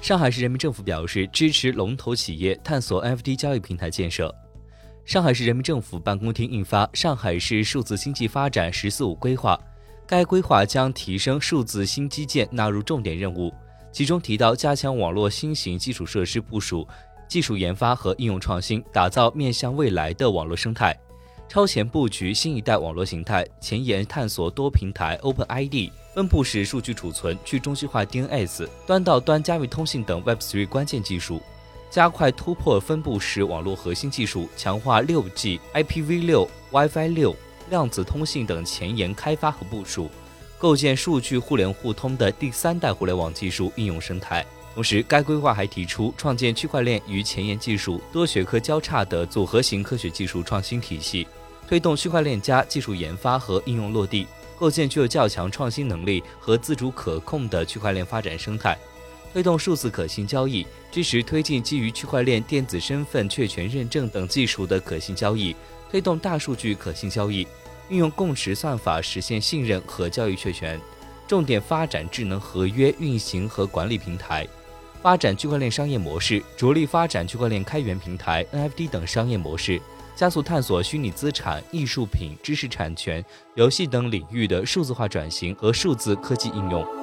上海市人民政府表示，支持龙头企业探索 NFT 交易平台建设。上海市人民政府办公厅印发《上海市数字经济发展“十四五”规划》，该规划将提升数字新基建纳入重点任务，其中提到加强网络新型基础设施部署、技术研发和应用创新，打造面向未来的网络生态。超前布局新一代网络形态，前沿探索多平台 OpenID、分布式数据储存、去中心化 DNS、端到端加密通信等 Web3 关键技术，加快突破分布式网络核心技术，强化 6G、IPv6、WiFi6、量子通信等前沿开发和部署，构建数据互联互通的第三代互联网技术应用生态。同时，该规划还提出创建区块链与前沿技术多学科交叉的组合型科学技术创新体系，推动区块链加技术研发和应用落地，构建具有较强创新能力和自主可控的区块链发展生态，推动数字可信交易，支持推进基于区块链电子身份确权认证等技术的可信交易，推动大数据可信交易，运用共识算法实现信任和交易确权，重点发展智能合约运行和管理平台，发展区块链商业模式，着力发展区块链开源平台、NFT 等商业模式，加速探索虚拟资产、艺术品、知识产权、游戏等领域的数字化转型和数字科技应用。